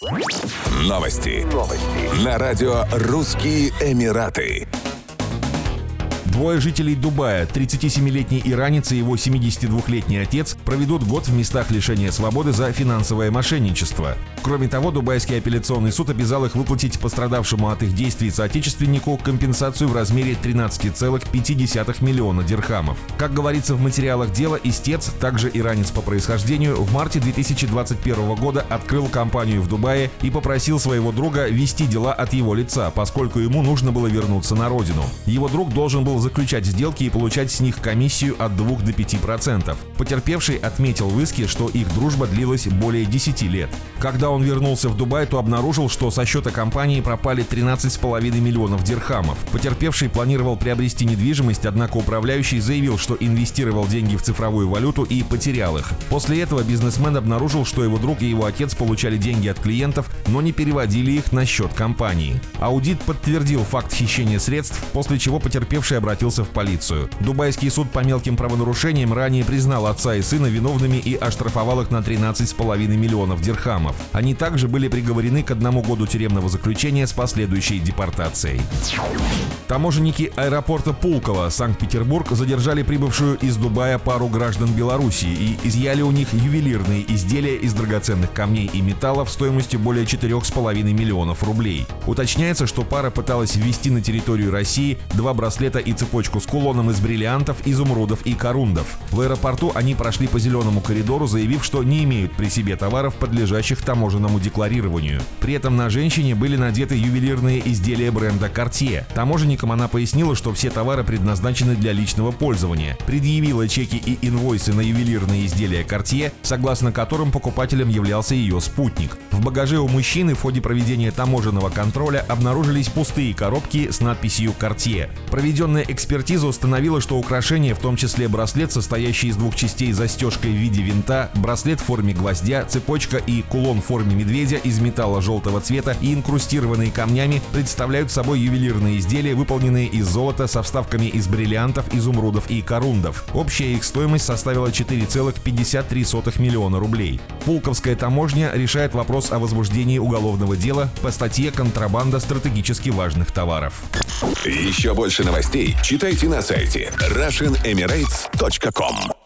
Новости. На радио «Русские Эмираты». Двое жителей Дубая, 37-летний иранец и его 72-летний отец, проведут год в местах лишения свободы за финансовое мошенничество. Кроме того, Дубайский апелляционный суд обязал их выплатить пострадавшему от их действий соотечественнику компенсацию в размере 13,5 миллиона дирхамов. Как говорится в материалах дела, истец, также иранец по происхождению, в марте 2021 года открыл компанию в Дубае и попросил своего друга вести дела от его лица, поскольку ему нужно было вернуться на родину. Его друг должен был заключать сделки и получать с них комиссию от 2 до 5%. Потерпевший отметил в иске, что их дружба длилась более 10 лет. Когда он вернулся в Дубай, то обнаружил, что со счета компании пропали 13,5 миллионов дирхамов. Потерпевший планировал приобрести недвижимость, однако управляющий заявил, что инвестировал деньги в цифровую валюту и потерял их. После этого бизнесмен обнаружил, что его друг и его отец получали деньги от клиентов, но не переводили их на счет компании. Аудит подтвердил факт хищения средств, после чего потерпевший обратился в полицию. Дубайский суд по мелким правонарушениям ранее признал отца и сына виновными и оштрафовал их на 13,5 миллионов дирхамов. Они также были приговорены к 1 году тюремного заключения с последующей депортацией. Таможенники аэропорта Пулково, Санкт-Петербург, задержали прибывшую из Дубая пару граждан Беларуси и изъяли у них ювелирные изделия из драгоценных камней и металлов стоимостью более 4,5 миллионов рублей. Уточняется, что пара пыталась ввести на территорию России 2 браслета и цепочку с кулоном из бриллиантов, изумрудов и корундов. В аэропорту они прошли по зеленому коридору, заявив, что не имеют при себе товаров, подлежащих таможенному декларированию. При этом на женщине были надеты ювелирные изделия бренда Cartier. Таможенникам она пояснила, что все товары предназначены для личного пользования. Предъявила чеки и инвойсы на ювелирные изделия Cartier, согласно которым покупателем являлся ее спутник. В багаже у мужчины в ходе проведения таможенного контроля обнаружились пустые коробки с надписью Cartier. Проведенная экспертиза установила, что украшение, в том числе браслет, состоящий из 2 частей с застежкой в виде винта, браслет в форме гвоздя, цепочка и кулон в форме медведя из металла желтого цвета и инкрустированные камнями, представляют собой ювелирные изделия, выполненные из золота со вставками из бриллиантов, изумрудов и корундов. Общая их стоимость составила 4,53 миллиона рублей. Пулковская таможня решает вопрос о возбуждении уголовного дела по статье «Контрабанда стратегически важных товаров». Еще больше новостей читайте на сайте RussianEmirates.com.